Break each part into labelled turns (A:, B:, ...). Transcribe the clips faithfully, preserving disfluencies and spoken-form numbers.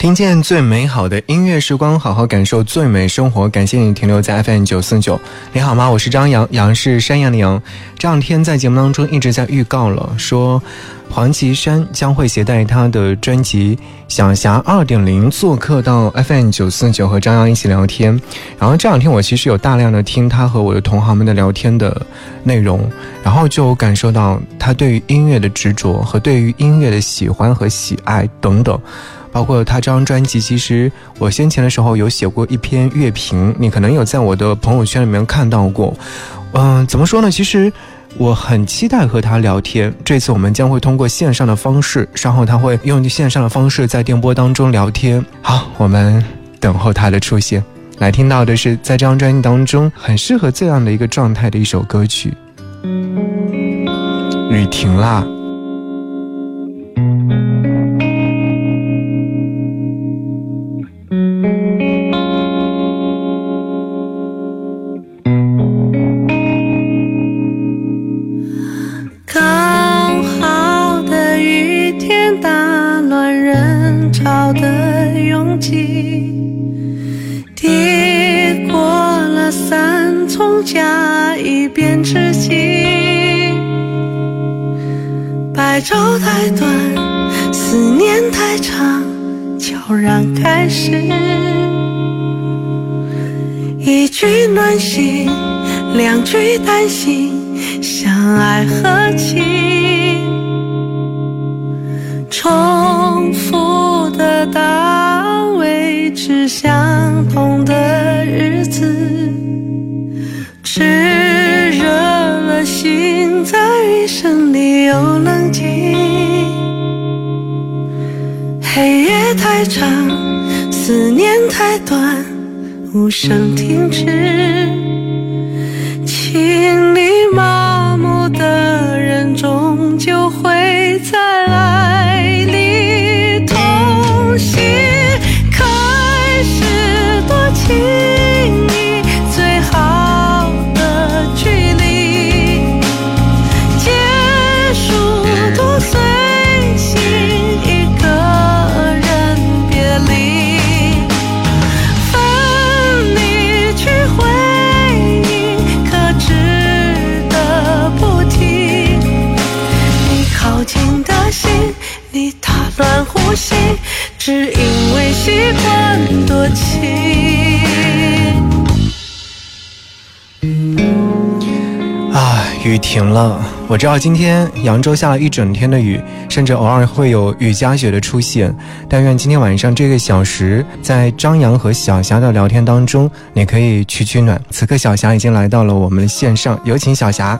A: 听见最美好的音乐时光，好好感受最美生活。感谢你停留在 F M 九四九。你好吗？我是张扬，杨是山羊的羊。这两天在节目当中一直在预告了，说黄绮珊将会携带她的专辑《小霞 二点零》做客到 F M 九四九，和张扬一起聊天。然后这两天我其实有大量的听她和我的同行们的聊天的内容，然后就感受到她对于音乐的执着和对于音乐的喜欢和喜爱等等。包括他这张专辑，其实我先前的时候有写过一篇乐评，你可能有在我的朋友圈里面看到过。嗯、呃，怎么说呢？其实我很期待和他聊天。这次我们将会通过线上的方式，稍后他会用线上的方式在电波当中聊天。好，我们等候他的出现。来听到的是在这张专辑当中很适合这样的一个状态的一首歌曲。雨停啦。
B: 跌过了三重甲，一边痴心。白昼太短，思念太长，悄然开始。一句暖心，两句担心，相爱何情？重复的单位，只相同的日子，炽热了心，在余生里又冷静。黑夜太长，思念太短，无声停止。情里麻木的人，终究会在爱里痛惜。开始多亲密，最好的距离，结束多随性，一个人别离。分离去回忆，可值得不停。你靠近的心，你打乱呼吸，只因为习惯多情。
A: 啊，雨停了。我知道今天扬州下了一整天的雨，甚至偶尔会有雨夹雪的出现。但愿今天晚上这个小时，在张扬和小霞的聊天当中，你可以取取暖。此刻小霞已经来到了我们的线上，有请小霞。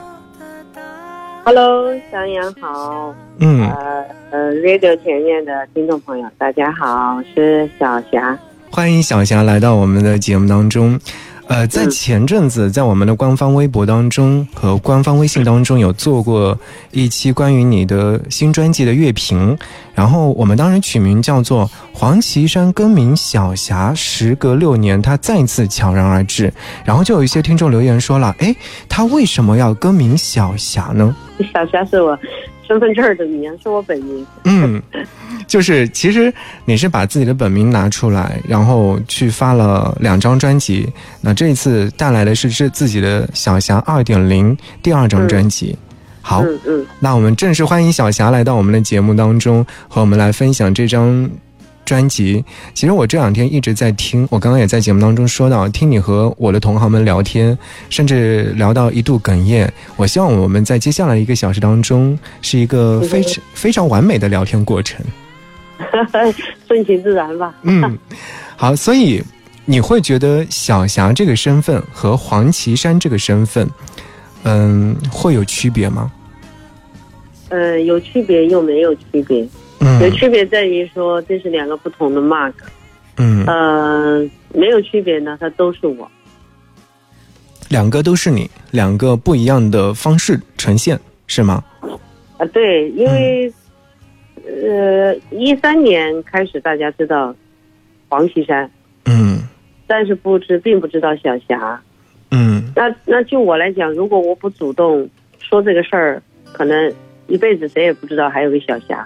C: Hello， 张扬好。
A: 嗯，
C: 呃呃 ，Radio 前面的听众朋友，大家好，我是小霞。
A: 欢迎小霞来到我们的节目当中。呃，在前阵子，在我们的官方微博当中和官方微信当中有做过一期关于你的新专辑的乐评，然后我们当时取名叫做黄绮珊更名小霞，时隔六年她再次悄然而至。然后就有一些听众留言说了，诶，她为什么要更名小霞呢？
C: 小霞是我身份证的名，是我本名。
A: 嗯，就是其实你是把自己的本名拿出来，然后去发了两张专辑。那这一次带来的是是自己的小霞 二点零 第二张专辑。嗯、好、嗯嗯，那我们正式欢迎小霞来到我们的节目当中，和我们来分享这张专辑。其实我这两天一直在听，我刚刚也在节目当中说到，听你和我的同行们聊天，甚至聊到一度哽咽。我希望我们在接下来一个小时当中是一个非常非常完美的聊天过程。
C: 顺其自然吧。
A: 嗯，好，所以你会觉得小霞这个身份和黄绮珊这个身份，嗯，会有区别吗？
C: 呃，有区别又没有区别。嗯，有区别在于说这是两个不同的 mark。嗯，呃，没有区别呢，它都是我。
A: 两个都是你，两个不一样的方式呈现，是吗？
C: 啊，对，因为、嗯、呃，一三年开始大家知道黄绮珊，嗯，但是不知并不知道小霞，嗯，那那就我来讲，如果我不主动说这个事儿，可能一辈子谁也不知道还有个小霞。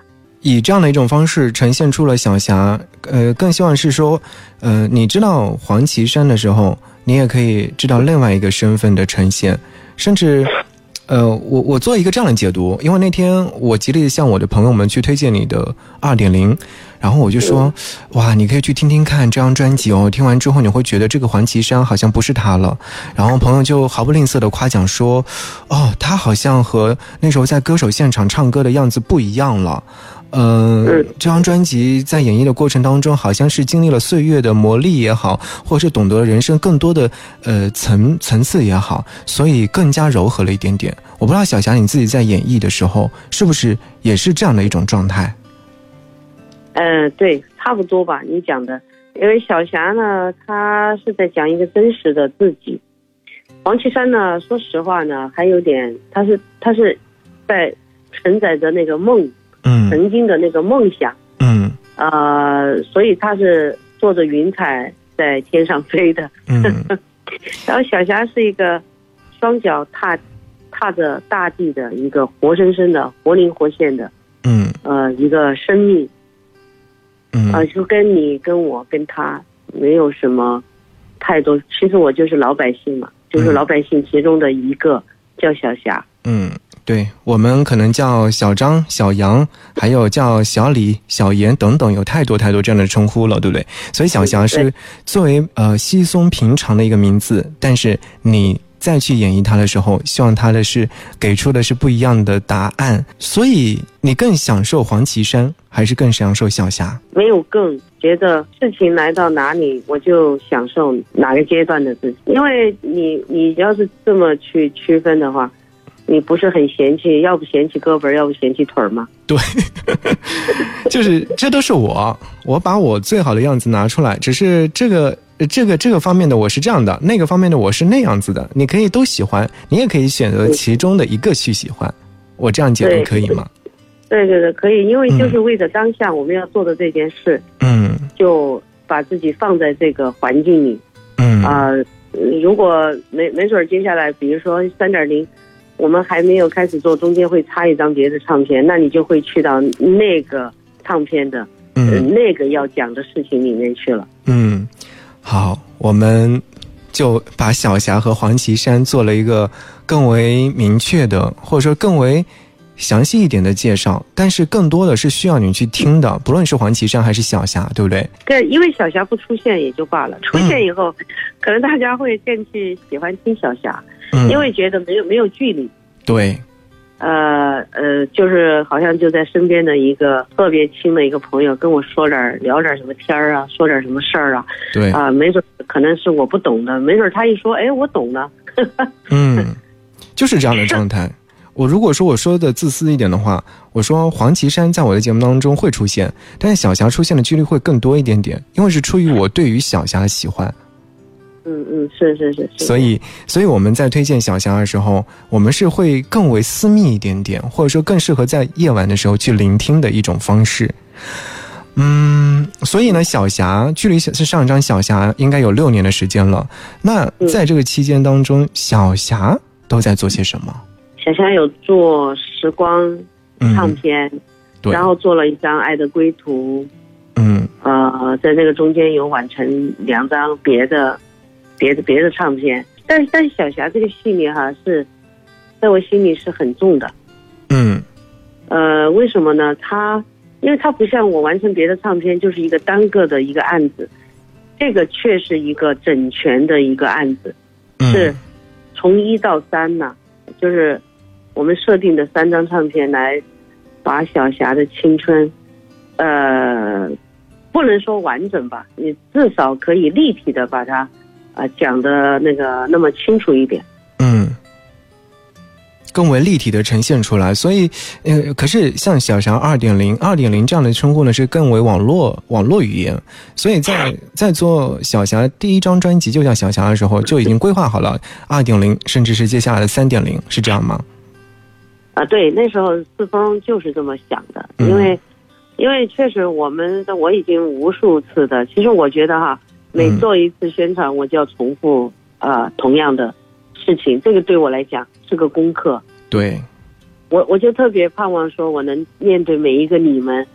A: 以这样的一种方式呈现出了小霞，呃，更希望是说，呃，你知道黄绮珊的时候，你也可以知道另外一个身份的呈现，甚至。呃，我我做一个这样的解读，因为那天我极力向我的朋友们去推荐你的 二点零， 然后我就说，哇，你可以去听听看这张专辑哦，听完之后你会觉得这个黄绮珊好像不是她了，然后朋友就毫不吝啬的夸奖说，哦，她好像和那时候在歌手现场唱歌的样子不一样了。呃，这张专辑在演绎的过程当中，好像是经历了岁月的磨砺也好，或是懂得了人生更多的呃层层次也好，所以更加柔和了一点点。我不知道小霞你自己在演绎的时候，是不是也是这样的一种状态？
C: 呃，对，差不多吧，你讲的。因为小霞呢，她是在讲一个真实的自己。黄绮珊呢，说实话呢，还有点，她是她是在承载着那个梦。嗯，曾经的那个梦想，嗯，呃，所以他是坐着云彩在天上飞的，嗯，然后小霞是一个双脚踏踏着大地的一个活生生的、活灵活现的，嗯，呃，一个生命，嗯，呃，就跟你、跟我、跟他没有什么太多，其实我就是老百姓嘛，就是老百姓其中的一个，叫小霞，嗯。
A: 对，我们可能叫小张、小杨，还有叫小李、小严等等，有太多太多这样的称呼了，对不对？所以小霞是作为呃稀松平常的一个名字，但是你再去演绎它的时候，希望它的是给出的是不一样的答案。所以你更享受黄绮珊，还是更享受小霞？
C: 没有更，觉得事情来到哪里，我就享受哪个阶段的自己。因为你你要是这么去区分的话。你不是很嫌弃，要不嫌弃胳膊，要不嫌弃腿吗？
A: 对，就是这都是我，我把我最好的样子拿出来，只是这个这个这个方面的我是这样的，那个方面的我是那样子的，你可以都喜欢，你也可以选择其中的一个去喜欢，我这样解读可以吗？
C: 对对对，可以，因为就是为了当下我们要做的这件事，嗯，就把自己放在这个环境里，嗯啊、呃，如果没没准接下来，比如说三点零。我们还没有开始做，中间会插一张别的唱片，那你就会去到那个唱片的、嗯呃、那个要讲的事情里面去了。嗯，
A: 好，我们就把小霞和黄绮珊做了一个更为明确的，或者说更为详细一点的介绍，但是更多的是需要你去听的，不论是黄绮珊还是小霞，对不对？
C: 对，因为小霞不出现也就罢了，出现以后、嗯、可能大家会更去喜欢听小霞，嗯、因为觉得没有没有距离。
A: 对，
C: 呃呃，就是好像就在身边的一个特别亲的一个朋友跟我说点聊点什么天儿啊，说点什么事儿啊。
A: 对
C: 啊、呃，没准可能是我不懂的，没准他一说，哎，我懂了。
A: 嗯，就是这样的状态。我如果说我说的自私一点的话，我说黄绮珊在我的节目当中会出现，但是小霞出现的几率会更多一点点，因为是出于我对于小霞的喜欢。
C: 嗯嗯，是是 是, 是。
A: 所以，所以我们在推荐小霞的时候，我们是会更为私密一点点，或者说更适合在夜晚的时候去聆听的一种方式。嗯，所以呢，小霞距离上一张小霞应该有六年的时间了。那在这个期间当中，小霞都在做些什么？
C: 小霞有做时光唱片，嗯、对，然后做了一张《爱的归途》，嗯，呃，在这个中间有完成两张别的。别的别的唱片，但是但是小霞这个系列哈是，在我心里是很重的，嗯，呃，为什么呢？他因为他不像我完成别的唱片就是一个单个的一个案子，这个却是一个整全的一个案子，嗯、是从一到三呢，就是我们设定的三张唱片来把小霞的青春，呃，不能说完整吧，你至少可以立体的把它。啊、呃，讲的那个那么清楚一点，嗯，
A: 更为立体的呈现出来。所以，呃，可是像小霞二点零、二点零这样的称呼呢，是更为网络网络语言。所以在在做小霞第一张专辑就叫小霞的时候，就已经规划好了二点零，甚至是接下来的三点零，是这样吗？
C: 啊，对，那时候四峰就是这么想的，因为、嗯、因为确实我们的我已经无数次的，其实我觉得哈。每做一次宣传，我就要重复呃同样的事情，这个对我来讲是个功课。
A: 对，
C: 我我就特别盼望说，我能面对每一个你们，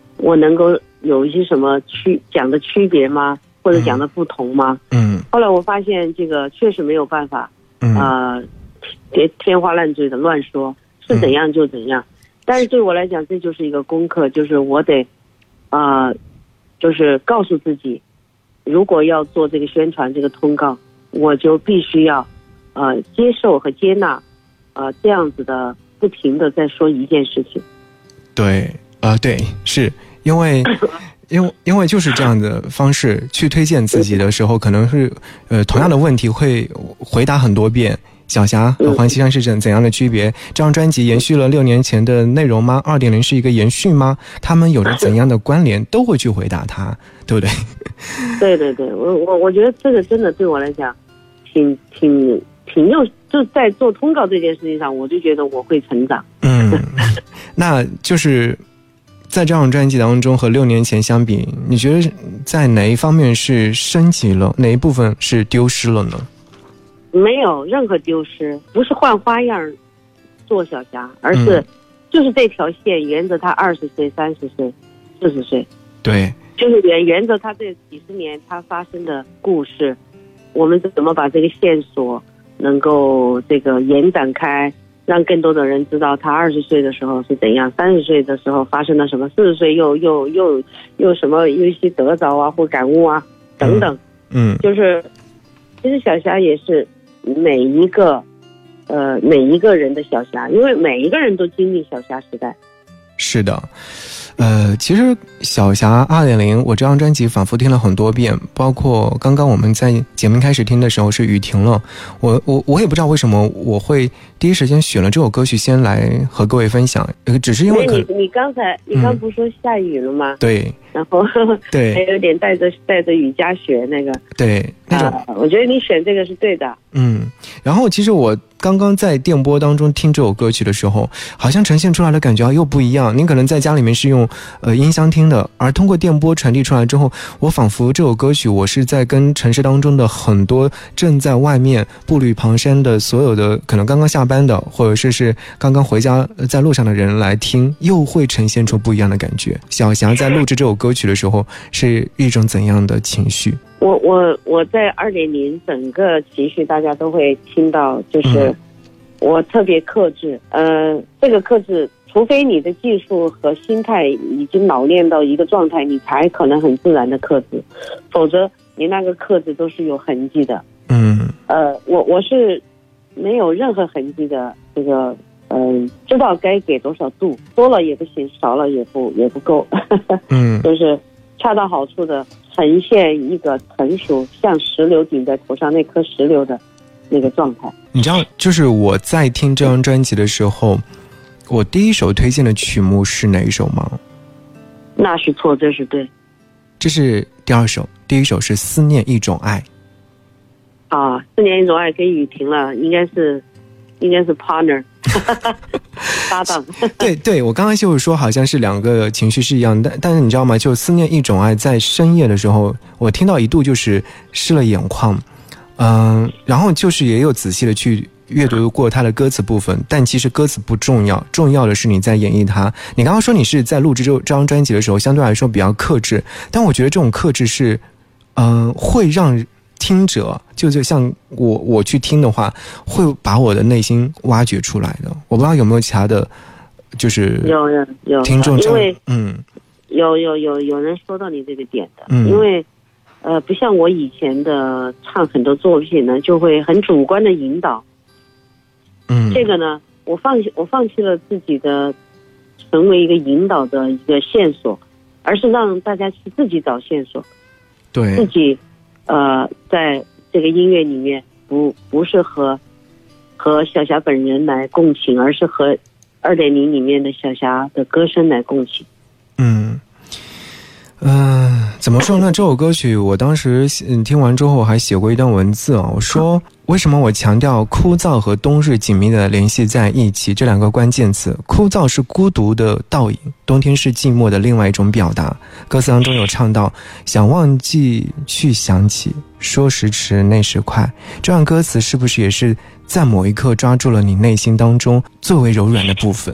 C: 我能够有一些什么区讲的区别吗？或者讲的不同吗？
A: 嗯。
C: 后来我发现这个确实没有办法，
A: 嗯，
C: 呃，天天花乱坠的乱说，是怎样就怎样。嗯、但是对我来讲，这就是一个功课，就是我得，呃，就是告诉自己，如果要做这个宣传这个通告，我就必须要，呃，接受和接纳，呃，这样子的不停的在说一件事情。
A: 对，啊、呃，对，是因为。因为因为就是这样的方式去推荐自己的时候，可能是呃同样的问题会回答很多遍。小霞和黄绮珊是怎怎样的区别？这张专辑延续了六年前的内容吗？ 二点零 是一个延续吗？他们有着怎样的关联？都会去回答他，对不对？
C: 对对对，我我我觉得这个真的对我来讲，挺挺挺有，就在做通告这件事情上，我就觉得我会成长。
A: 嗯，那就是。在这张专辑当中和六年前相比，你觉得在哪一方面是升级了，哪一部分是丢失了呢？
C: 没有任何丢失，不是换花样做小霞，而是就是这条线沿着他二十岁、三十岁、四十岁，
A: 对，
C: 就是沿沿着他这几十年他发生的故事，我们怎么把这个线索能够这个延展开。让更多的人知道他二十岁的时候是怎样，三十岁的时候发生了什么，四十岁又又又又什么有一些得着啊或感悟啊等等。
A: 嗯，
C: 就是其实小霞也是每一个呃每一个人的小霞，因为每一个人都经历小霞时代。
A: 是的。呃，其实小霞 二点零 我这张专辑反复听了很多遍，包括刚刚我们在节目开始听的时候是雨停了，我我我也不知道为什么我会第一时间选了这首歌曲先来和各位分享，呃，只是因为可
C: 你你刚才你刚不是说下雨了吗？
A: 嗯、对，
C: 然后
A: 对，
C: 还有点带着带着雨夹雪那个，
A: 对，那种、
C: 呃、我觉得你选这个是对的。
A: 嗯，然后其实我刚刚在电波当中听这首歌曲的时候，好像呈现出来的感觉又不一样。您可能在家里面是用呃音箱听的，而通过电波传递出来之后，我仿佛这首歌曲我是在跟城市当中的很多正在外面步履蹒跚的所有的可能刚刚下班的，或者是是刚刚回家在路上的人来听，又会呈现出不一样的感觉。小霞在录制这首歌曲的时候是一种怎样的情绪？
C: 我我我在二点零整个情绪大家都会听到，就是我特别克制，呃，这个克制，除非你的技术和心态已经老练到一个状态，你才可能很自然的克制，否则你那个克制都是有痕迹的。
A: 嗯，
C: 呃，我我是没有任何痕迹的，这个嗯、呃，知道该给多少度，多了也不行，少了也不也不够，
A: 嗯，
C: 就是恰到好处的呈现一个成熟像石榴顶在头上那颗石榴的那个状态。
A: 你知道，就是我在听这张专辑的时候，我第一首推荐的曲目是哪一首吗？
C: 那是错，这是对。
A: 这是第二首，第一首是《思念一种爱》。
C: 啊，《思念一种爱》跟雨停了，应该是，应该是 partner。搭档。
A: 对对，我刚刚就是说好像是两个情绪是一样，但但是你知道吗，就思念一种爱在深夜的时候，我听到一度就是湿了眼眶，嗯、呃，然后就是也有仔细的去阅读过它的歌词部分，但其实歌词不重要，重要的是你在演绎它。你刚刚说你是在录制这这张专辑的时候相对来说比较克制，但我觉得这种克制是嗯、呃，会让听者就就像我我去听的话，会把我的内心挖掘出来的。我不知道有没有其他的，就是
C: 有有有
A: 听众，
C: 因为
A: 嗯，
C: 有有有有人说到你这个点的，
A: 嗯，
C: 因为呃，不像我以前的唱很多作品呢，就会很主观的引导，
A: 嗯，
C: 这个呢，我放弃我放弃了自己的成为一个引导的一个线索，而是让大家去自己找线索，
A: 对，
C: 自己。呃，在这个音乐里面，不不是和和小霞本人来共情，而是和二点零里面的小霞的歌声来共情。
A: 嗯嗯、呃，怎么说呢？这首歌曲我当时嗯听完之后还写过一段文字啊，我说为什么我强调枯燥和冬日紧密的联系在一起这两个关键词？枯燥是孤独的倒影，冬天是寂寞的另外一种表达。歌词当中有唱到想忘记去想起，说时迟那时快，这样歌词是不是也是在某一刻抓住了你内心当中最为柔软的部分？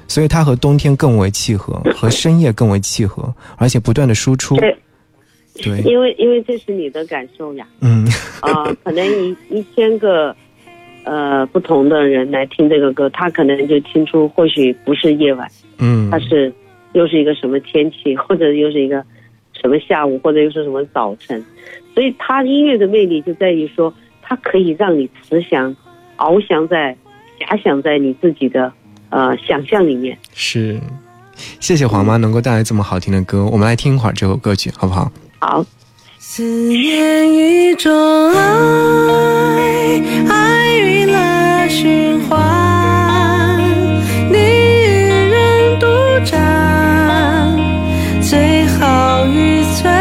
A: 所以它和冬天更为契合，和深夜更为契合，而且不断的输出。
C: 对，
A: 对，
C: 因为因为这是你的感受呀。
A: 嗯，
C: 啊、呃，可能一一千个呃不同的人来听这个歌，他可能就听出或许不是夜晚，
A: 嗯，
C: 它是又是一个什么天气，或者又是一个什么下午，或者又是什么早晨。所以它音乐的魅力就在于说，它可以让你慈祥翱翔在遐想在你自己的呃想象里面。
A: 是，谢谢黄妈能够带来这么好听的歌，我们来听一会儿这首歌曲好不好？
C: 好。
B: 思念一种爱，爱与乐循环，你一人独占，最好与最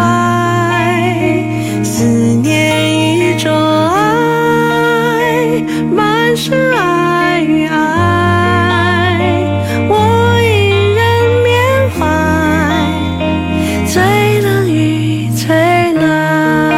B: 坏。思念一种爱，满是爱与爱，我一人缅怀，最冷与最暖。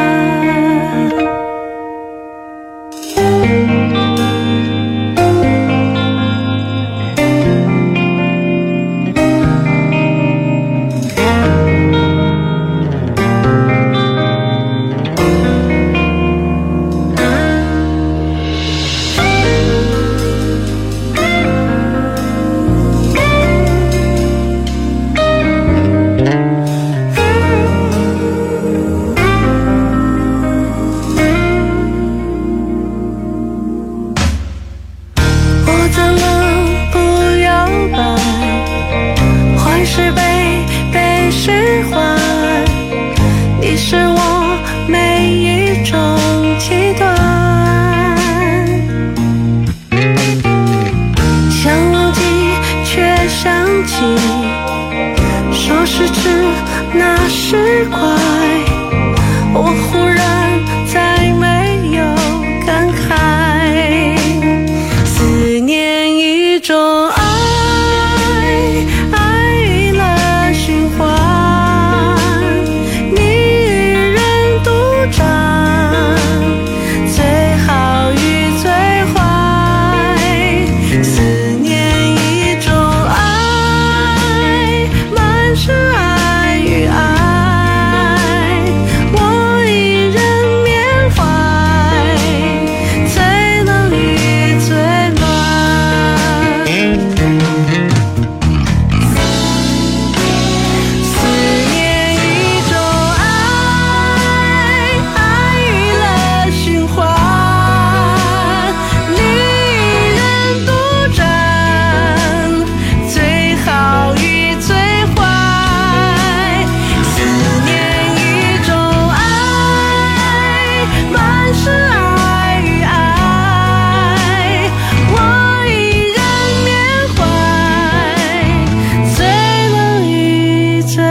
B: 说时迟，那时快，我忽然再没有感慨。思念一种爱，爱与乐循环，你一人独占，最好与最坏。思念一种爱，满是爱与爱，我一人缅怀，最冷与最暖。思念一种爱，爱与乐循环，你一人独占，最好与最坏。思念一种爱，满是爱与爱，我一人缅怀，最冷与最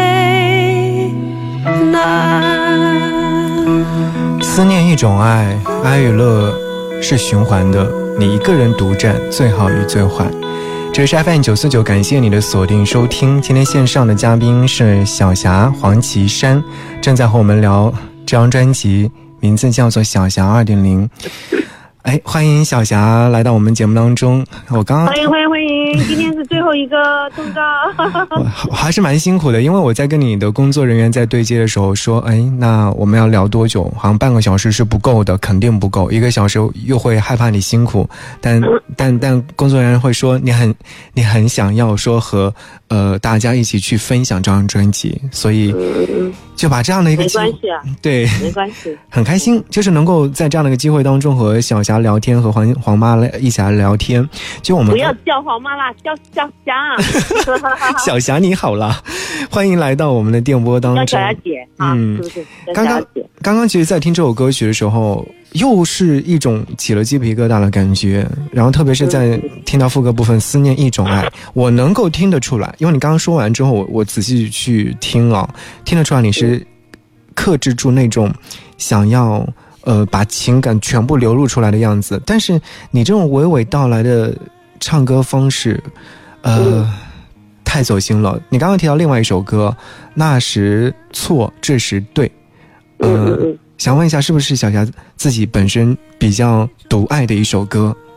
B: 暖。
A: 思念一种爱，爱与乐是循环的，你一个人独占，最好与最坏。这是 F M 九四九，感谢你的锁定收听。今天线上的嘉宾是小霞黄绮珊，正在和我们聊这张专辑，名字叫做《小霞 二点零》。哎，欢迎小霞来到我们节目当中。我刚刚
C: 欢迎欢迎欢迎！今天是最后一个通告，
A: 我还是蛮辛苦的，因为我在跟你的工作人员在对接的时候说，哎，那我们要聊多久？好像半个小时是不够的，肯定不够。一个小时又会害怕你辛苦，但但但工作人员会说你很你很想要说和呃大家一起去分享这张专辑，所以就把这样的一个
C: 没
A: 机会
C: 关系啊，
A: 对，
C: 没关系，
A: 很开心，就是能够在这样的一个机会当中和小霞聊天，和黄黄妈来一起来聊天。就我们
C: 不要叫黄妈啦，叫小霞，
A: 小霞你好啦，欢迎来到我们的电波当中。
C: 叫小霞姐啊，
A: 嗯
C: 是不是？叫
A: 刚刚
C: 小霞姐，
A: 刚刚其实在听这首歌曲的时候，又是一种起了鸡皮疙瘩的感觉，然后特别是在听到副歌部分思念一种爱，我能够听得出来，因为你刚刚说完之后，我我仔细去听啊，听得出来你是克制住那种想要呃把情感全部流露出来的样子，但是你这种娓娓道来的唱歌方式呃太走心了。你刚刚提到另外一首歌，那时错这时对，呃想问一下是不是小霞自己本身比较独爱的一首歌？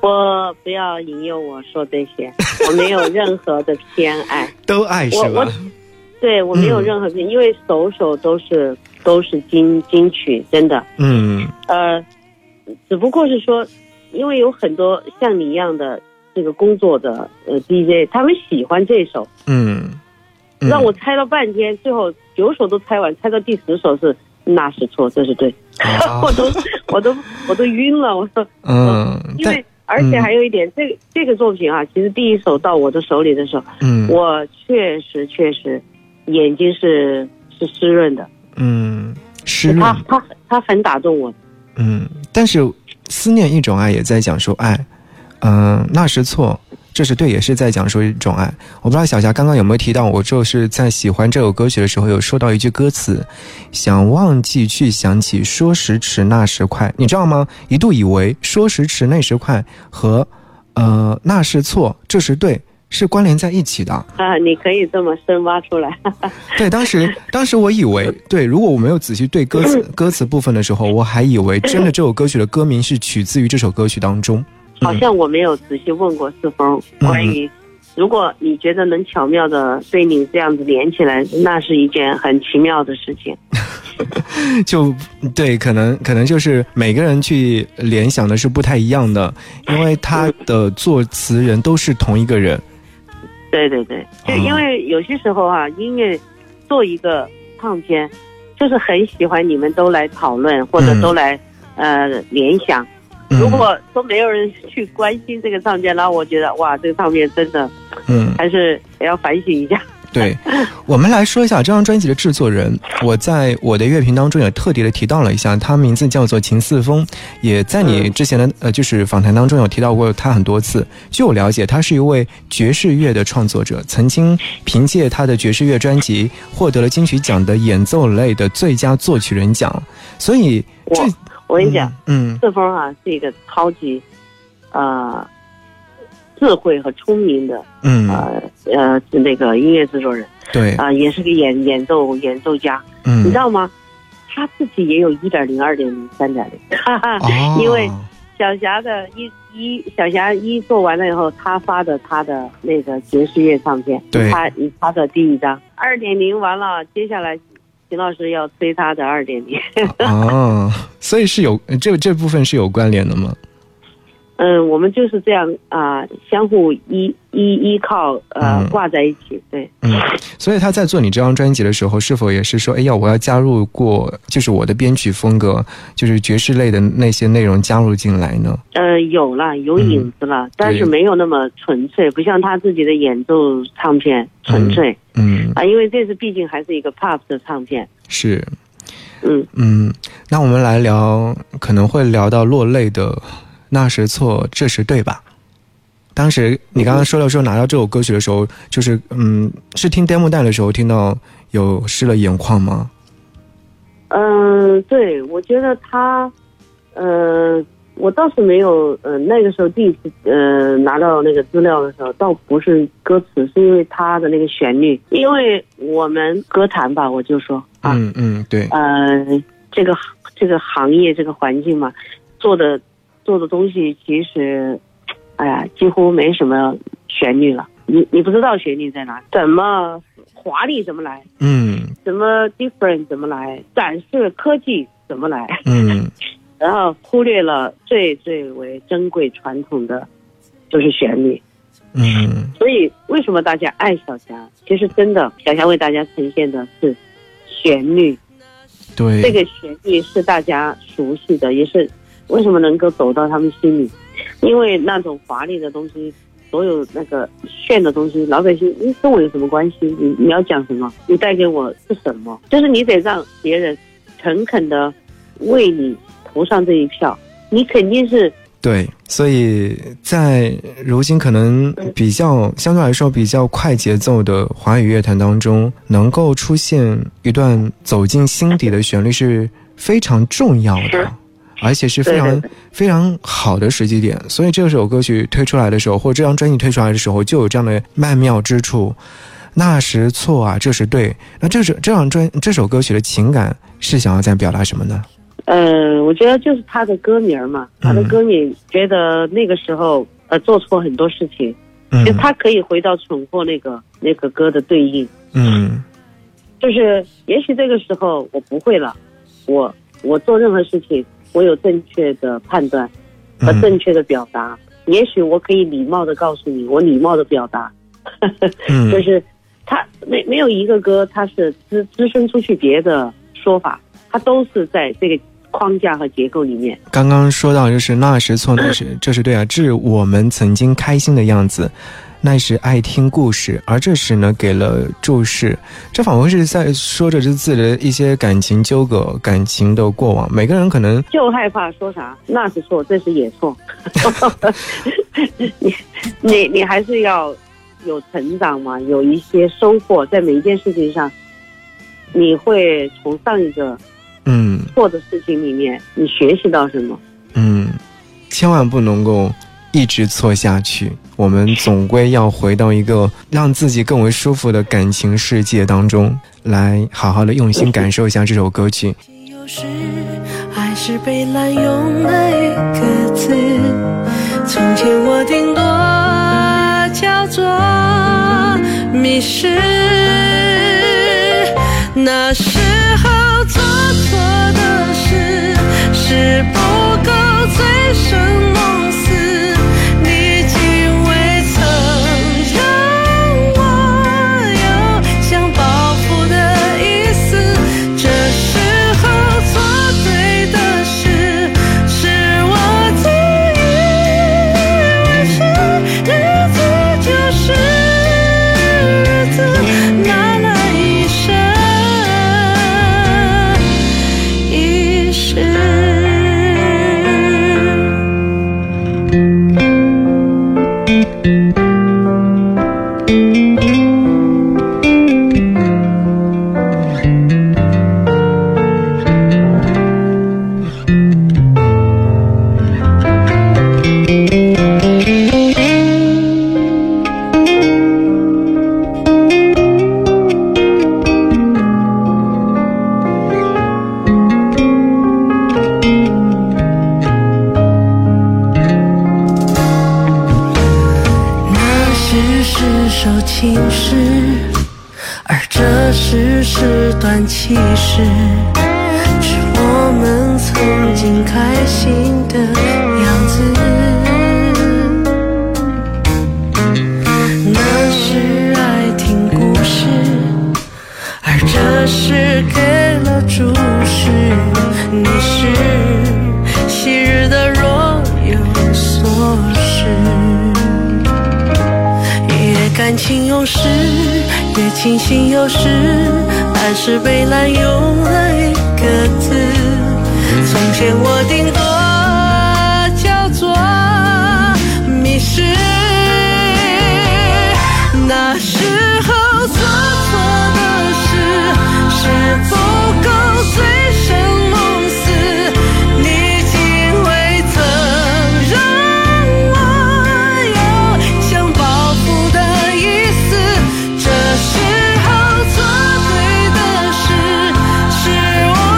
C: 我不要引诱我说这些，我没有任何的偏爱，
A: 都爱是吧？
C: 我我对我没有任何偏、嗯，因为首首都是都是金金曲，真的。嗯，呃，只不过是说，因为有很多像你一样的这个工作的呃 D J， 他们喜欢这首，嗯，嗯让我猜了半天，最后九首都猜完，猜到第十首是那是错，这是对，啊、我都我都我都晕了，我说，嗯，因为。而且还有一点，嗯、这个这个作品啊，其实第一首到我的手里的时候，嗯，我确实确实眼睛是是湿润的，嗯，湿润，他他他很打动我，
A: 嗯，但是思念一种爱也在讲述爱，嗯、呃，那是错，这是对，也是在讲述一种爱。我不知道小霞刚刚有没有提到，我就是在喜欢这首歌曲的时候有说到一句歌词，想忘记去想起，说时迟那时快，你知道吗？一度以为说时迟那时快和呃那是错这是对是关联在一起的
C: 啊，你可以这么深挖出来。
A: 对，当时当时我以为，对，如果我没有仔细对歌词歌词部分的时候，我还以为真的这首歌曲的歌名是取自于这首歌曲当中。
C: 好像我没有仔细问过四峰关于，如果你觉得能巧妙的对你这样子连起来，那是一件很奇妙的事情。
A: 就对，可能可能就是每个人去联想的是不太一样的，因为他的作词人都是同一个人。
C: 对对对，就因为有些时候啊，音乐做一个唱片，就是很喜欢你们都来讨论或者都来、嗯、呃联想。如果都没有人去关心这个唱片，然后我觉得哇，这个唱片真的，嗯，还是要反省一下。
A: 对，我们来说一下这张专辑的制作人，我在我的乐评当中也特地的提到了一下，他名字叫做秦四峰，也在你之前的呃就是访谈当中有提到过他很多次。据我了解，他是一位爵士乐的创作者，曾经凭借他的爵士乐专辑获得了金曲奖的演奏类的最佳作曲人奖，所以这。
C: 我跟你讲，嗯，四峰啊是一个超级，呃，智慧和聪明的，嗯，呃呃，那个音乐制作人，
A: 对，
C: 啊、呃，也是个演演奏演奏家，嗯，你知道吗？他自己也有一点零、二点零、三点零，哈哈，因为小霞的一一小霞一做完了以后，他发的他的那个爵士乐唱片，
A: 对，
C: 他他的第一张二点零完了，接下来。秦老师要推他的二点零
A: 哦，所以是有这这部分是有关联的吗？
C: 嗯，我们就是这样啊、呃，相互依依依靠呃、嗯、挂在一起，对。
A: 嗯，所以他在做你这张专辑的时候，是否也是说，哎呀，我要加入过，就是我的编曲风格，就是爵士类的那些内容加入进来呢？
C: 呃，有了，有影子了，嗯、但是没有那么纯粹，不像他自己的演奏唱片纯粹。嗯啊，因为这是毕竟还是一个 pop 的唱片。
A: 是。
C: 嗯
A: 嗯，那我们来聊，可能会聊到落泪的。那是错，这是对吧？当时你刚刚说的时候，拿到这首歌曲的时候，就是嗯，是听 demo 带的时候听到有湿了眼眶吗？
C: 嗯、呃，对，我觉得他，呃，我倒是没有，呃，那个时候第一次呃拿到那个资料的时候，倒不是歌词，是因为他的那个旋律，因为我们歌坛吧，我就说啊，
A: 嗯嗯，对，
C: 呃，这个这个行业这个环境嘛，做的。做的东西其实，哎呀，几乎没什么旋律了。你你不知道旋律在哪，怎么华丽怎么来，嗯，怎么 different 怎么来，展示科技怎么来，嗯，然后忽略了最最为珍贵传统的，就是旋律，嗯。所以为什么大家爱小霞？其实真的，小霞为大家呈现的是旋律，
A: 对，
C: 这个旋律是大家熟悉的，也是。为什么能够走到他们心里？因为那种华丽的东西，所有那个炫的东西，老百姓，你跟我有什么关系？你你要讲什么？你带给我是什么？就是你得让别人诚恳的为你投上这一票，你肯定是
A: 对。所以在如今可能比较相对来说比较快节奏的华语乐坛当中，能够出现一段走进心底的旋律是非常重要的。而且是非常
C: 对对对
A: 非常好的时机点，所以这首歌曲推出来的时候，或者这张专辑推出来的时候，就有这样的曼妙之处。那时错啊，这是对。那这首这张专这首歌曲的情感是想要在表达什么呢？
C: 呃，我觉得就是他的歌名嘛，他的歌名觉得那个时候呃做错很多事情，嗯，就他可以回到蠢货那个那个歌的对应，嗯，就是也许这个时候我不会了，我我做任何事情我有正确的判断和正确的表达，嗯，也许我可以礼貌的告诉你，我礼貌的表达，嗯，就是他没没有一个歌他是滋滋生出去别的说法，他都是在这个框架和结构里面。
A: 刚刚说到就是那时错那时，这是对啊，致我们曾经开心的样子，那时爱听故事，而这时呢给了注释，这仿佛是在说着这自己的一些感情纠葛、感情的过往。每个人可能
C: 就害怕说啥那是错，这时也错。你你你还是要有成长嘛，有一些收获，在每一件事情上，你会从上一个嗯错的事情里面，你学习到什么？
A: 嗯，千万不能够一直错下去，我们总归要回到一个让自己更为舒服的感情世界当中，来好好的用心感受一下这首歌曲。
B: 有时爱是被滥用的一个字，从前我顶多叫做迷失，那时候做错的事是不够醉生梦死，你竟未曾让我有想报复的意思，这时候做对的事是我自以为是，日子就是日子，拿来一生一世。情事，而这时是段启事，是我们曾经开心的样子。那是爱听故事，而这时给了注释，你是昔日的若有所失。感情有时越清醒，有时爱是被滥用的一个字，从前我顶多叫做迷失，那时候做错的事是不够醉生梦死，你竟未曾让我有想报复的意思，这时候做对的事是我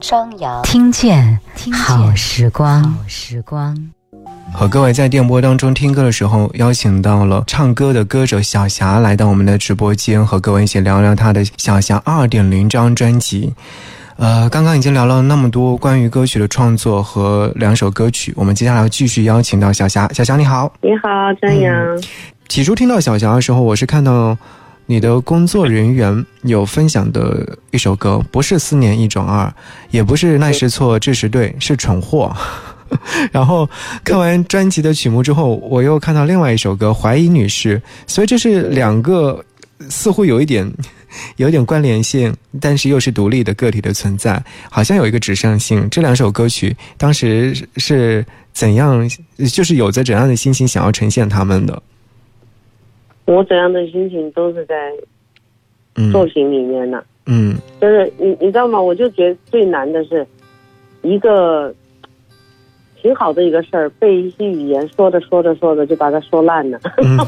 D: 张扬，听见好时光，好时光。
A: 和各位在电波当中听歌的时候，邀请到了唱歌的歌手小霞来到我们的直播间，和各位一起聊聊她的小霞 二点零 张专辑。呃，刚刚已经聊了那么多关于歌曲的创作和两首歌曲，我们接下来继续邀请到小霞。小霞你好。
C: 你好，张扬。嗯、
A: 起初听到小霞的时候，我是看到你的工作人员有分享的一首歌，不是思念一转二，也不是那时错这时对，是蠢货。然后看完专辑的曲目之后，我又看到另外一首歌怀疑女士，所以这是两个似乎有一点有一点关联性，但是又是独立的个体的存在，好像有一个指向性。这两首歌曲当时是怎样，就是有着怎样的心情想要呈现他们的？
C: 我怎样的心情都是在作品里面的。
A: 嗯，
C: 就是你你知道吗？我就觉得最难的是一个挺好的一个事儿，被一些语言说着说着说着就把它说烂了。
A: 嗯、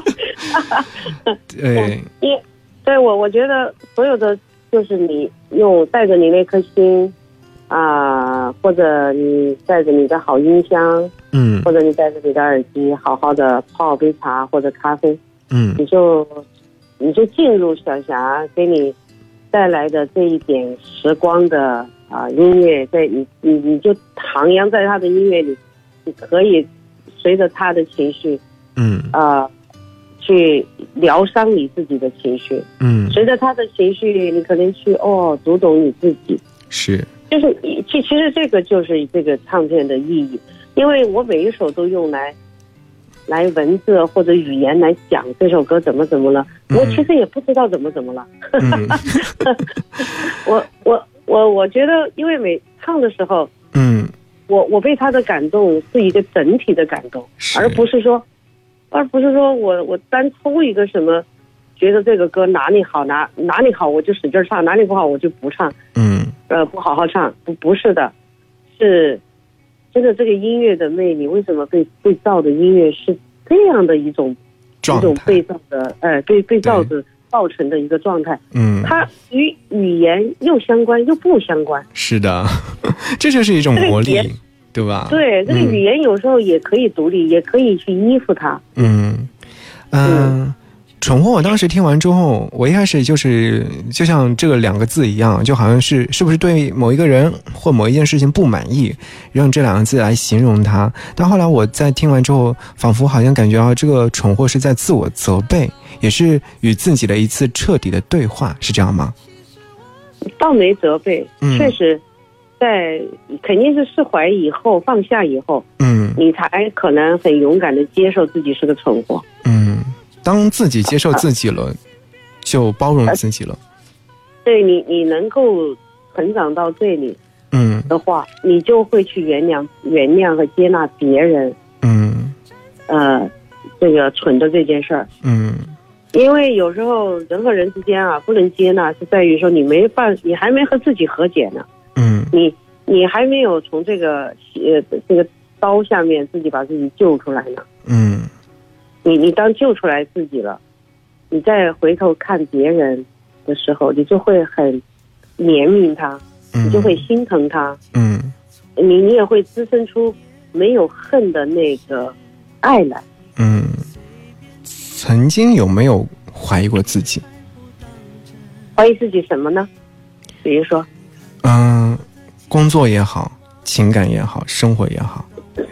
A: 对，
C: 因对我我觉得所有的就是你用带着你那颗心啊、呃，或者你带着你的好音箱，
A: 嗯，
C: 或者你带着你的耳机，好好的泡杯茶或者咖啡，
A: 嗯，
C: 你就你就进入小霞给你带来的这一点时光的啊、呃、音乐，在你你你就徜徉在他的音乐里，你可以随着他的情绪，
A: 嗯
C: 啊、呃，去疗伤你自己的情绪，
A: 嗯，
C: 随着他的情绪，你可能去哦读懂你自己，
A: 是，
C: 就是其其实这个就是这个唱片的意义，因为我每一首都用来。来文字或者语言来讲这首歌怎么怎么了，嗯、我其实也不知道怎么怎么了。嗯、我我我我觉得，因为每唱的时候，
A: 嗯，
C: 我我被他的感动是一个整体的感动，而不是说，而不是说我我单抽一个什么，觉得这个歌哪里好哪哪里好我就使劲唱，哪里不好我就不唱，
A: 嗯，
C: 呃不好好唱，不不是的，是。真的，这个音乐的魅力，为什么被被造的音乐是这样的一种一种被造的，呃，被被造的造成的一个状态？
A: 嗯，
C: 它与语言又相关又不相关。
A: 是的，这就是一种魔力，对吧？
C: 对，这个语言有时候也可以独立，嗯、也可以去依附它。
A: 嗯嗯。嗯蠢货，我当时听完之后，我一开始就是就像这个两个字一样，就好像是是不是对某一个人或某一件事情不满意，用这两个字来形容它。但后来我在听完之后，仿佛好像感觉到这个蠢货是在自我责备，也是与自己的一次彻底的对话，是这样吗？
C: 倒没责备，
A: 嗯、
C: 确实，在肯定是释怀以后、放下以后，
A: 嗯，
C: 你才可能很勇敢的接受自己是个蠢货，
A: 嗯。当自己接受自己了，就包容自己了。
C: 对你，你能够成长到这里，
A: 嗯
C: 的话，你就会去原谅、原谅和接纳别人，
A: 嗯，
C: 呃，这个蠢的这件事儿，
A: 嗯，
C: 因为有时候人和人之间啊，不能接纳，是在于说你没办，你还没和自己和解呢，
A: 嗯，
C: 你你还没有从这个呃这个刀下面自己把自己救出来呢，
A: 嗯。
C: 你你当救出来自己了，你再回头看别人的时候，你就会很怜悯他，
A: 嗯、
C: 你就会心疼他，
A: 嗯，
C: 你你也会滋生出没有恨的那个爱来。
A: 嗯，曾经有没有怀疑过自己？
C: 怀疑自己什么呢？比如说，
A: 嗯、呃，工作也好，情感也好，生活也好。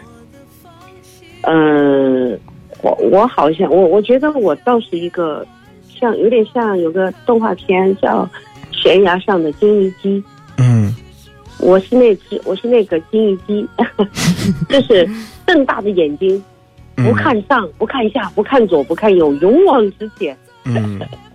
C: 嗯、呃。我我好像我我觉得我倒是一个像有点像有个动画片叫《悬崖上的金鱼姬》。
A: 嗯，
C: 我是那只我是那个金鱼姬，就是瞪大的眼睛，不看上不看下不看左不看右，勇往直前。
A: 嗯，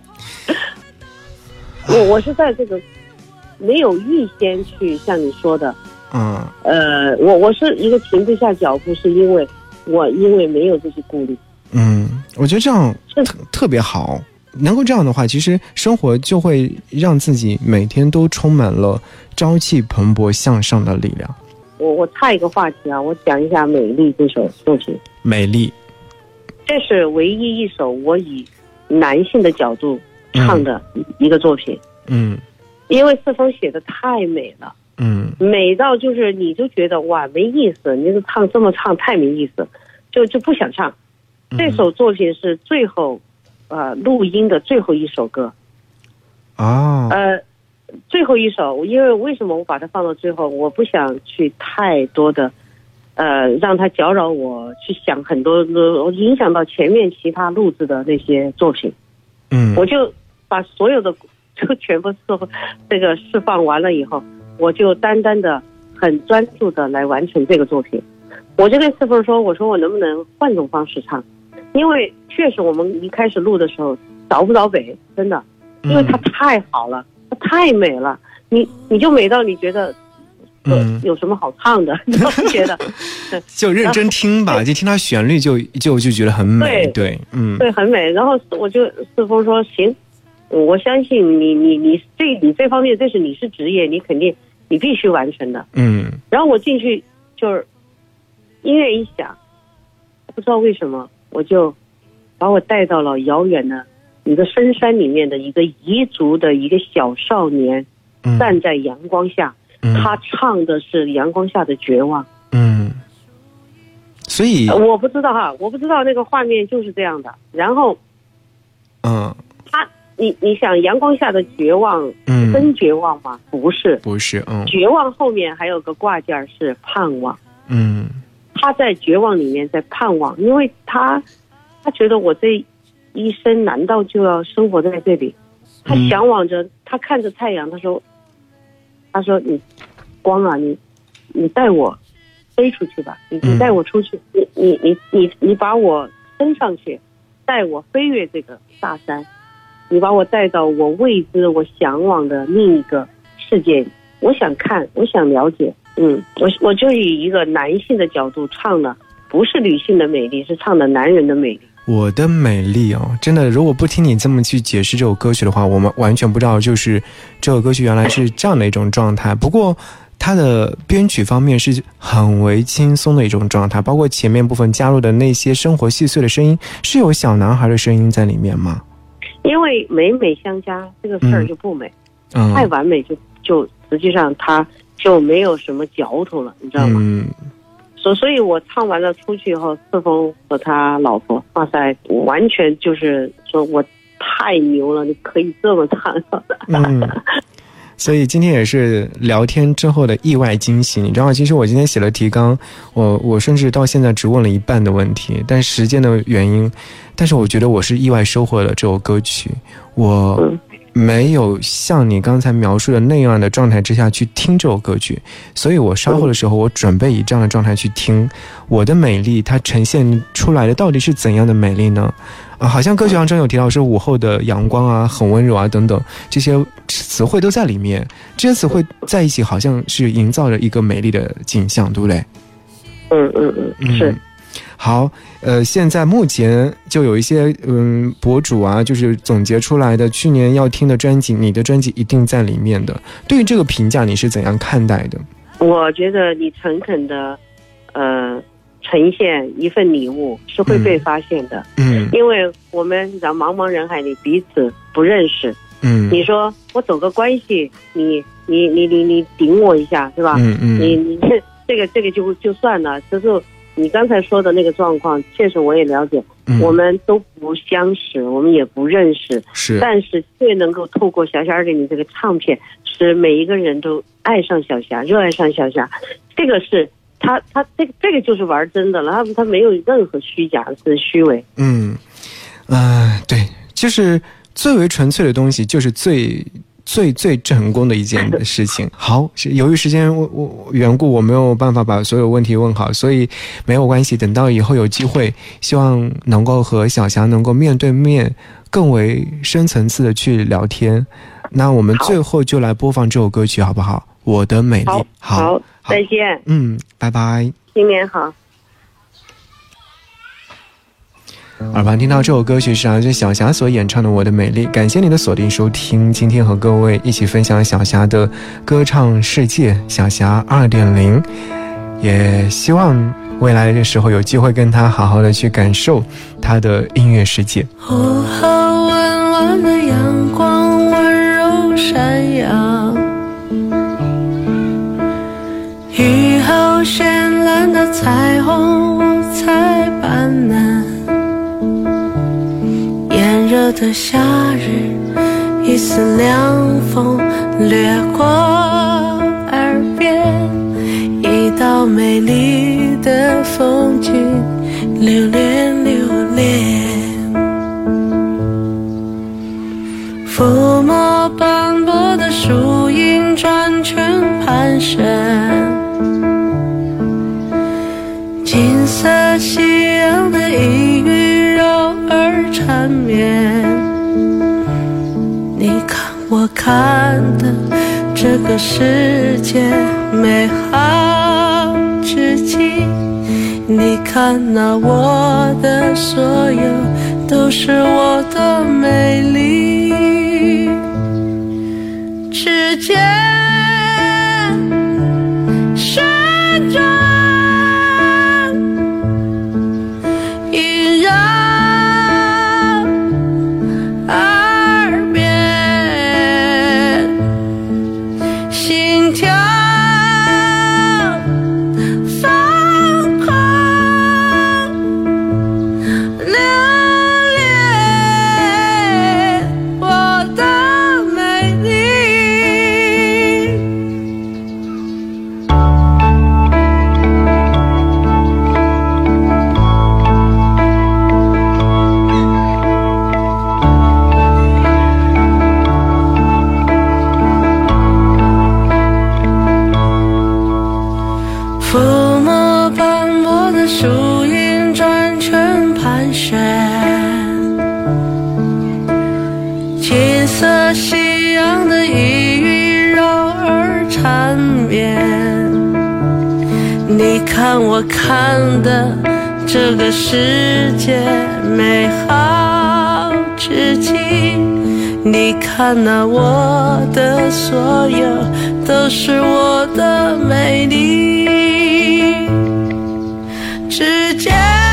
C: 我我是在这个没有预先去像你说的，
A: 嗯，
C: 呃，我我是一个停不下脚步，是因为。我因为没有这些顾虑，
A: 嗯，我觉得这样特特别好，能够这样的话，其实生活就会让自己每天都充满了朝气蓬勃向上的力量。
C: 我我插一个话题啊，我讲一下《美丽》这首作品。
A: 美丽，
C: 这是唯一一首我以男性的角度唱的一个作品。
A: 嗯，
C: 因为四峰写的太美了。 嗯，美到就是你就觉得哇没意思，你这唱这么唱太没意思，就就不想唱。嗯、这首作品是最后，呃，录音的最后一首歌。
A: 哦。
C: 呃，最后一首，因为为什么我把它放到最后？我不想去太多的。呃，让他搅扰我去想很多，影响到前面其他录制的那些作品。嗯，我就把所有的就全部释这个释放完了以后，我就单单的很专注的来完成这个作品。我就跟师傅说，我说我能不能换种方式唱？因为确实我们一开始录的时候找不着北，真的，因为它太好了，它太美了，你你就美到你觉得。嗯，有什么好唱的？你都觉得，
A: 就认真听吧，就听它旋律就就就觉得很美，对，对嗯，
C: 对，很美。然后我就师傅说行，我相信你，你你这你这方面这是你是职业，你肯定你必须完成的，嗯。然后我进去就是音乐一响，不知道为什么我就把我带到了遥远的一个深山里面的一个彝族的一个小少年，嗯、站在阳光下。他唱的是阳光下的绝望，
A: 嗯，所以
C: 我不知道哈，我不知道那个画面就是这样的。然后，
A: 嗯，
C: 他，你你想阳光下的绝望，嗯，真绝望吗？不是，
A: 不是，嗯，
C: 绝望后面还有个挂件是盼望，
A: 嗯，
C: 他在绝望里面在盼望，因为他他觉得我这一生难道就要生活在这里？他向往着，他看着太阳，他说。他说：“你光啊，你你带我飞出去吧，你你带我出去，你你你你你把我升上去，带我飞越这个大山，你把我带到我未知、我向往的另一个世界里。我想看，我想了解。嗯，我我就以一个男性的角度唱了，不是女性的美丽，是唱的男人的美丽。”
A: 我的美丽哦，真的，如果不听你这么去解释这首歌曲的话，我们完全不知道，就是这首歌曲原来是这样的一种状态。不过，它的编曲方面是很为轻松的一种状态，包括前面部分加入的那些生活细碎的声音，是有小男孩的声音在里面吗？
C: 因为美美相加，这个事儿就不美，嗯、太完美就就实际上它就没有什么嚼头了，你知道吗？嗯。所所以，我唱完了出去以后，四峰和他老婆，哇塞，完全就是说我太牛了，你可以这么唱。
A: 嗯，所以今天也是聊天之后的意外惊喜。你知道，其实我今天写了提纲，我我甚至到现在只问了一半的问题，但时间的原因，但是我觉得我是意外收获了这首歌曲。我。嗯没有像你刚才描述的那样的状态之下去听这首歌曲，所以我稍后的时候我准备以这样的状态去听。我的美丽它呈现出来的到底是怎样的美丽呢？啊，好像歌曲当中有提到是午后的阳光啊，很温柔啊等等，这些词汇都在里面，这些词汇在一起好像是营造着一个美丽的景象，对不对？
C: 嗯嗯嗯，是。
A: 好，呃，现在目前就有一些嗯博主啊，就是总结出来的去年要听的专辑，你的专辑一定在里面的。对于这个评价，你是怎样看待的？
C: 我觉得你诚恳的，呃，呈现一份礼物是会被发现的。嗯，因为我们在茫茫人海里彼此不认识。嗯，你说我走个关系，你你你你你顶我一下，是吧？嗯嗯，你你这个这个就就算了，就是。你刚才说的那个状况，确实我也了解、嗯，我们都不相识，我们也不认识，
A: 是，
C: 但是却能够透过小霞给你这个唱片，使每一个人都爱上小霞，热爱上小霞。这个是他他这个这个就是玩真的了，他他没有任何虚假是虚伪。
A: 嗯，呃，对，就是最为纯粹的东西，就是最。最最成功的一件事情。好，由于时间我我缘故，我没有办法把所有问题问好，所以没有关系，等到以后有机会，希望能够和小霞能够面对面更为深层次的去聊天。那我们最后就来播放这首歌曲好不好？我的美丽。好，
C: 好，好，再见。
A: 嗯，拜拜。
C: 新年好。
A: 耳旁听到这首歌曲是来自小霞所演唱的《我的美丽》，感谢你的锁定收听，今天和各位一起分享小霞的歌唱世界，小霞 二点零， 也希望未来的时候有机会跟她好好的去感受她的音乐世界。
B: 午后温暖的阳光温柔闪耀， 彩虹五彩斑斓，炎热的夏日，一丝凉风掠过耳边，一道美丽的风景，留恋留恋。抚摸斑驳的树影，转圈盘旋，金色夕阳的一羽绕耳缠绵。你看我看的这个世界美好至极，你看那我的所有都是我的美丽。指尖旋转，萦绕耳边，心跳疯狂留恋我的美丽。抚摸斑驳的树影，转圈盘旋，金色夕阳的一羽绕耳缠绵。你看我看的这个世界美好至极，你看那我的所有都是我的美丽。指尖